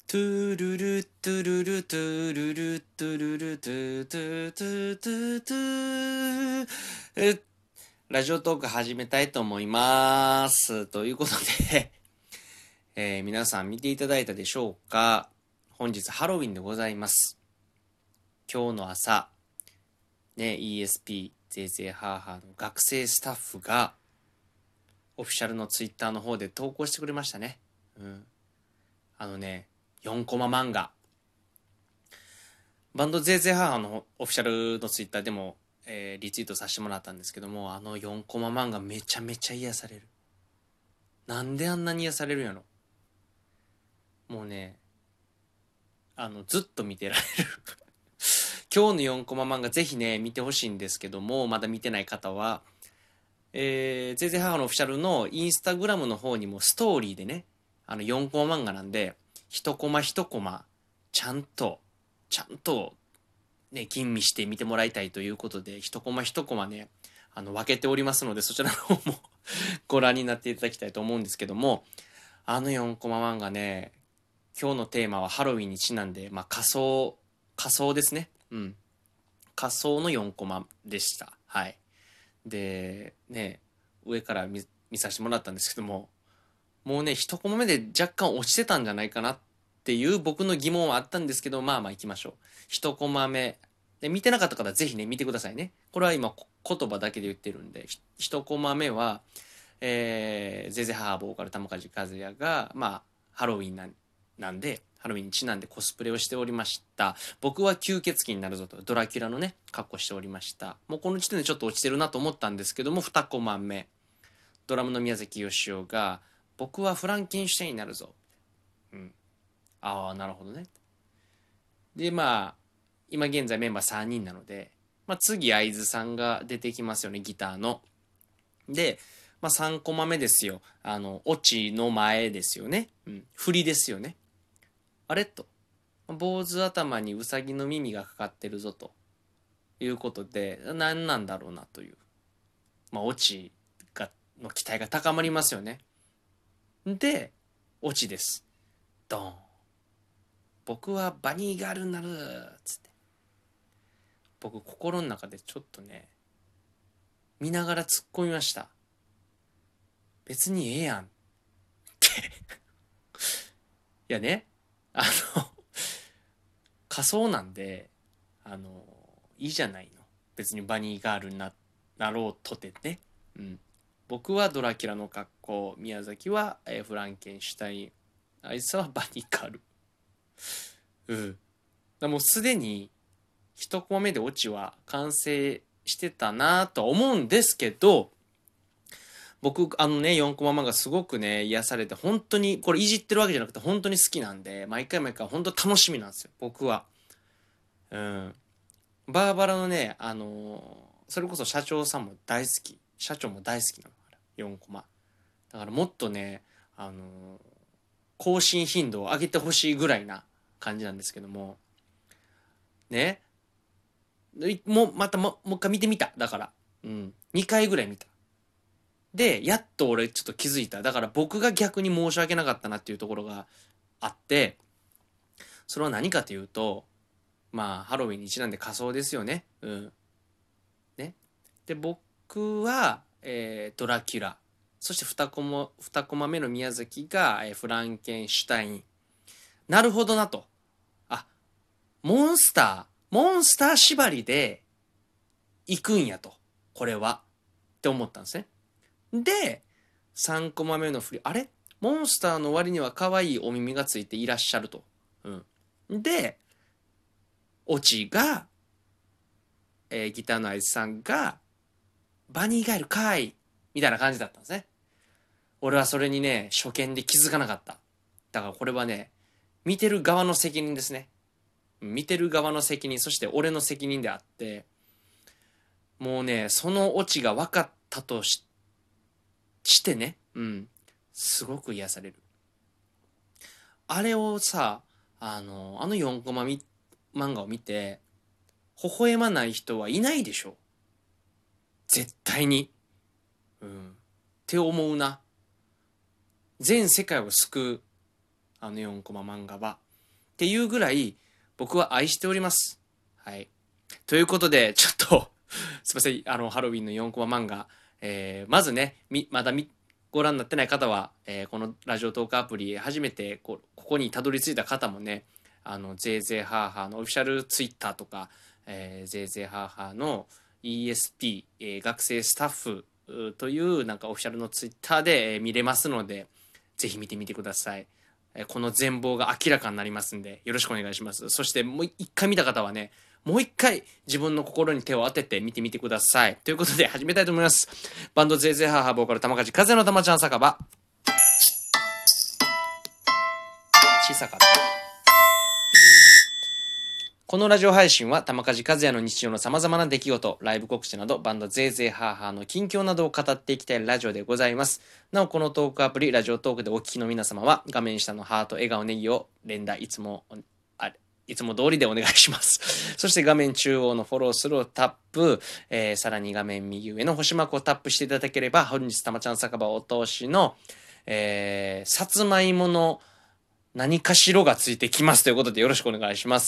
トゥルルトゥルルトゥルルトゥルルトゥトゥトゥトゥトゥラジオトーク始めたいと思います。ということで皆さん見ていただいたでしょうか。本日ハロウィンでございます。今日の朝、ね、ESP、ぜいぜいハーハーの学生スタッフが、オフィシャルのツイッターの方で投稿してくれましたね。4コマ漫画。バンドぜいぜいハーハーのオフィシャルのツイッターでも、リツイートさせてもらったんですけども、4コマ漫画めちゃめちゃ癒される。なんであんなに癒されるんやろ。もうね、ずっと見てられる。今日の4コマ漫画ぜひね、見てほしいんですけども、まだ見てない方は、ぜいぜい母のオフィシャルのインスタグラムの方にもストーリーでね、4コマ漫画なんで、1コマ1コマ、ちゃんとね、吟味して見てもらいたいということで、1コマ1コマね、分けておりますので、そちらの方もご覧になっていただきたいと思うんですけども、4コマ漫画ね、今日のテーマはハロウィンにちなんで、仮装ですね。仮装の4コマでした。はい。で、ね、上から見させてもらったんですけども、もうね、1コマ目で若干落ちてたんじゃないかなっていう僕の疑問はあったんですけど、まあ行きましょう。1コマ目。で、見てなかった方はぜひね、見てくださいね。これは今、言葉だけで言ってるんで、1コマ目は、ぜいぜい母ボーカル玉梶和也が、ハロウィンなんで、ハロウィンにちなんでコスプレをしておりました。僕は吸血鬼になるぞと、ドラキュラのね、格好しておりました。もうこの時点でちょっと落ちてるなと思ったんですけども、2コマ目。ドラムの宮崎美雄が、僕はフランケンシュタインになるぞ。ああ、なるほどね。で、今現在メンバー3人なので、次、会津さんが出てきますよね、ギターの。で、3コマ目ですよ。オチの前ですよね。振りですよね。あれと。坊主頭にウサギの耳がかかってるぞということで、何なんだろうなという。オチの期待が高まりますよね。で、オチです。ドーン。僕はバニーガールになるつって。僕、心の中でちょっとね、見ながら突っ込みました。別にええやんって。いやね、仮想なんで、いいじゃないの。別にバニーガールになろうとてね。僕はドラキュラの格好、宮崎は、フランケンシュタイン、あいつはバニーガール。もうすでに、一コマ目でオチは完成してたなとは思うんですけど、僕、4コマ漫画すごくね、癒されて、本当に、これいじってるわけじゃなくて、本当に好きなんで、毎回毎回本当楽しみなんですよ、僕は。バーバラのね、それこそ社長さんも大好き。社長も大好きなのから、4コマ。だからもっとね、更新頻度を上げてほしいぐらいな感じなんですけども、ね、もう一回見てみた。だから、2回ぐらい見た。で、やっと俺ちょっと気づいた。だから僕が逆に申し訳なかったなっていうところがあって、それは何かというと、ハロウィンにちなんで仮装ですよね。ね。で、僕は、ドラキュラ。そして2コマ目の宮崎が、フランケンシュタイン。なるほどなと。あ、モンスター縛りで行くんやと。これは。って思ったんですね。で、3コマ目の振り、あれモンスターの割には可愛いお耳がついていらっしゃると。で、オチが、ギターのあいつさんが、バニーガエルかいみたいな感じだったんですね。俺はそれにね、初見で気づかなかった。だからこれはね、見てる側の責任ですね。見てる側の責任、そして俺の責任であって、もうね、そのオチが分かったとしてね、すごく癒される。あれをさ、4コマ漫画を見て、微笑まない人はいないでしょ。絶対に。って思うな。全世界を救う、4コマ漫画は。 っていうぐらい僕は愛しております。はい。ということで、ちょっとすいません、ハロウィンの4コマ漫画、まずね、まだご覧になってない方は、このラジオトークアプリ、初めてここにたどり着いた方もね、ゼーゼーハーハーのオフィシャルツイッターとか、ゼーゼーハーハーの ESP、学生スタッフというなんかオフィシャルのツイッターで、見れますので、ぜひ見てみてください。この全貌が明らかになりますんで、よろしくお願いします。そしてもう一回見た方はね、もう一回自分の心に手を当てて見てみてください。ということで始めたいと思います。バンドゼーゼーハーハーボーカル玉梶風の玉ちゃん酒場。小さかった。このラジオ配信は玉梶和也の日常の様々な出来事、ライブ告知などバンドゼーゼーハーハーの近況などを語っていきたいラジオでございます。なおこのトークアプリラジオトークでお聞きの皆様は画面下のハート、笑顔、ネギを連打いつも通りでお願いします。そして画面中央のフォローするをタップ、さらに画面右上の星マークをタップしていただければ本日玉ちゃん酒場お通しの、さつまいもの何かしろがついてきますということでよろしくお願いします。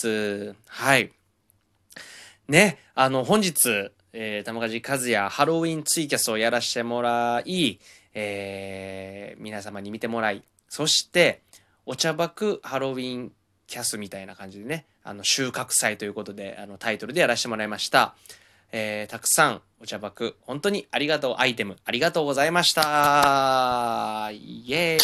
はい。ね、本日、玉梶和也ハロウィンツイキャスをやらせてもらい、皆様に見てもらい、そして、お茶爆ハロウィンキャスみたいな感じでね、収穫祭ということで、タイトルでやらせてもらいました。たくさんお茶爆、本当にありがとう、アイテム、ありがとうございました。イエー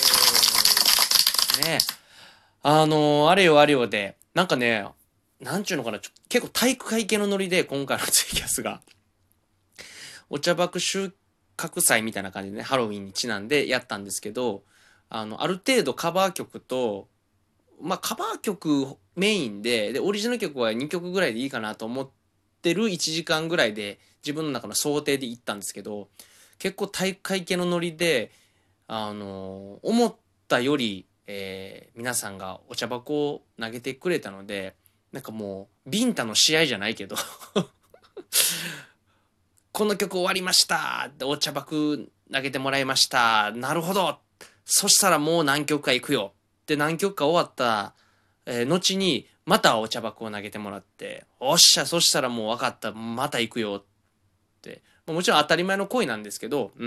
イ。ね。あれよあれよで、なんかね、なんちゅうのかな、結構体育会系のノリで今回のツイキャスが、お茶爆収穫祭みたいな感じでね、ハロウィンにちなんでやったんですけど、ある程度カバー曲と、カバー曲メインで、オリジナル曲は2曲ぐらいでいいかなと思ってる1時間ぐらいで、自分の中の想定で行ったんですけど、結構体育会系のノリで、思ったより、皆さんがお茶箱を投げてくれたので、なんかもう、ビンタの試合じゃないけどこの曲終わりましたお茶箱投げてもらいましたなるほどそしたらもう何曲か行くよで何曲か終わった、後にまたお茶箱を投げてもらっておっしゃそしたらもう分かったまた行くよってもちろん当たり前の行為なんですけど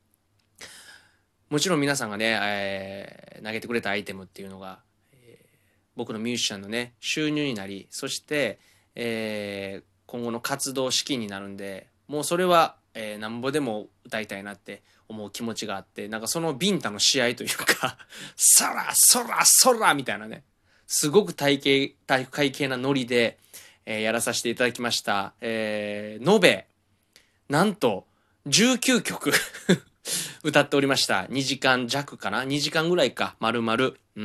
もちろん皆さんがね、投げてくれたアイテムっていうのが、僕のミュージシャンのね収入になりそして、今後の活動資金になるんでもうそれは、なんぼでも歌いたいなって思う気持ちがあってなんかそのビンタの試合というかそらそらそらみたいなねすごく体育会系なノリで、やらさせていただきました、延べなんと19曲歌っておりました。2時間弱かな ?2 時間ぐらいか。丸々。うん。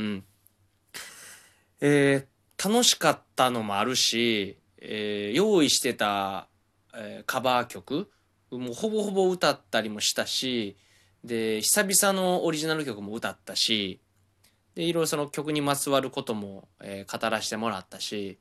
楽しかったのもあるし、用意してた、カバー曲もうほぼほぼ歌ったりもしたし、で、久々のオリジナル曲も歌ったし、で、いろいろその曲にまつわることも、語らせてもらったし、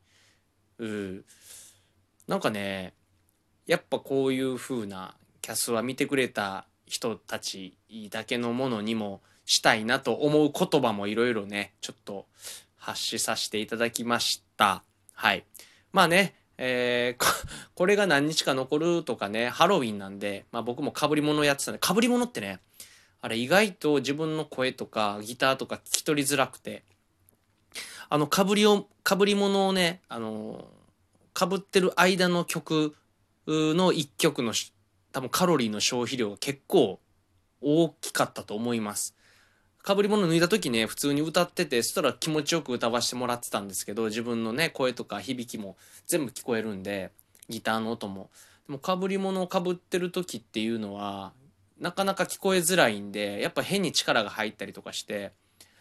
なんかね、やっぱこういう風なキャスは見てくれた人たちだけのものにもしたいなと思う言葉もいろいろねちょっと発しさせていただきました。はいまあね、これが何日か残るとかねハロウィンなんで、僕も被り物やってたんで被り物ってねあれ意外と自分の声とかギターとか聞き取りづらくて被り物をね被ってる間の曲の1曲の多分カロリーの消費量が結構大きかったと思います。被り物脱いだ時ね普通に歌っててそしたら気持ちよく歌わせてもらってたんですけど自分のね声とか響きも全部聞こえるんでギターの音もでも被り物を被ってる時っていうのはなかなか聞こえづらいんでやっぱ変に力が入ったりとかして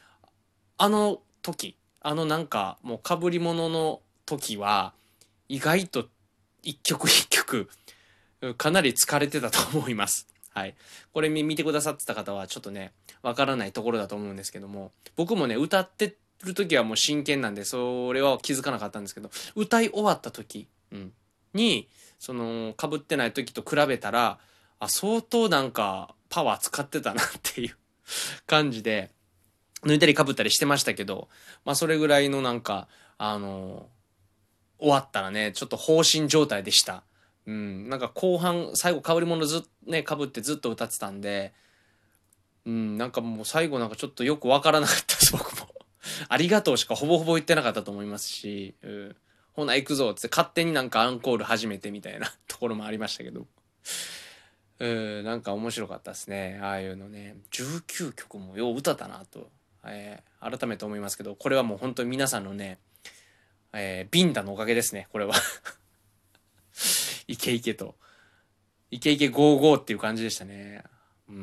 時なんかもう被り物の時は意外と一曲一曲かなり疲れてたと思います。はい。これ見てくださってた方はちょっとね、わからないところだと思うんですけども、僕もね、歌ってる時はもう真剣なんで、それは気づかなかったんですけど、歌い終わった時、に、被ってない時と比べたら、相当なんかパワー使ってたなっていう感じで、 抜いたり被ったりしてましたけど、まあそれぐらいのなんか、終わったらね、ちょっと放心状態でした。うん、なんか後半、最後被り物ずっとね、被ってずっと歌ってたんで、うん、なんかもう最後なんかちょっとよくわからなかったです、僕も。ありがとうしかほぼほぼ言ってなかったと思いますし、うん、ほな行くぞって勝手になんかアンコール始めてみたいなところもありましたけど、なんか面白かったですね。ああいうのね。19曲もよう歌ったなと、改めて思いますけど、これはもう本当に皆さんのね、ビンタのおかげですね、これは。イケイケと。イケイケゴーゴーっていう感じでしたね。うん。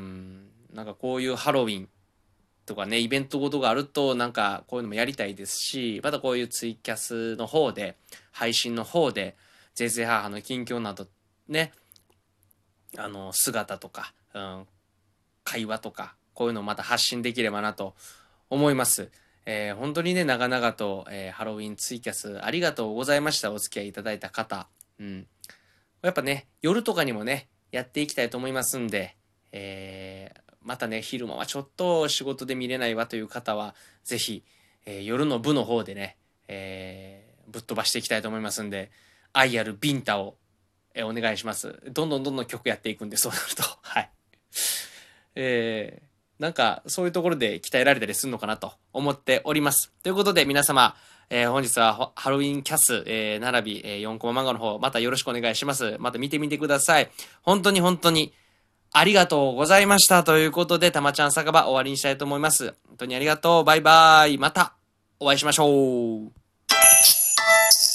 なんかこういうハロウィンとかね、イベントごとがあると、なんかこういうのもやりたいですし、またこういうツイキャスの方で、配信の方で、ぜいぜい母の近況など、ね、姿とか、会話とか、こういうのをまた発信できればなと思います。本当にね、長々と、ハロウィンツイキャスありがとうございました。お付き合いいただいた方。うん。やっぱね、夜とかにもね、やっていきたいと思いますんで、またね、昼間はちょっと仕事で見れないわという方は、ぜひ、夜の部の方でね、ぶっ飛ばしていきたいと思いますんで、愛あるビンタを、お願いします。どんどん曲やっていくんで、そうなると。はい。なんか、そういうところで鍛えられたりするのかなと思っております。ということで、皆様、本日はハロウィンキャス、並び、4コマ漫画の方、またよろしくお願いします。また見てみてください。本当に本当に、ありがとうございました。ということで、たまちゃん酒場終わりにしたいと思います。本当にありがとう。バイバイ。またお会いしましょう。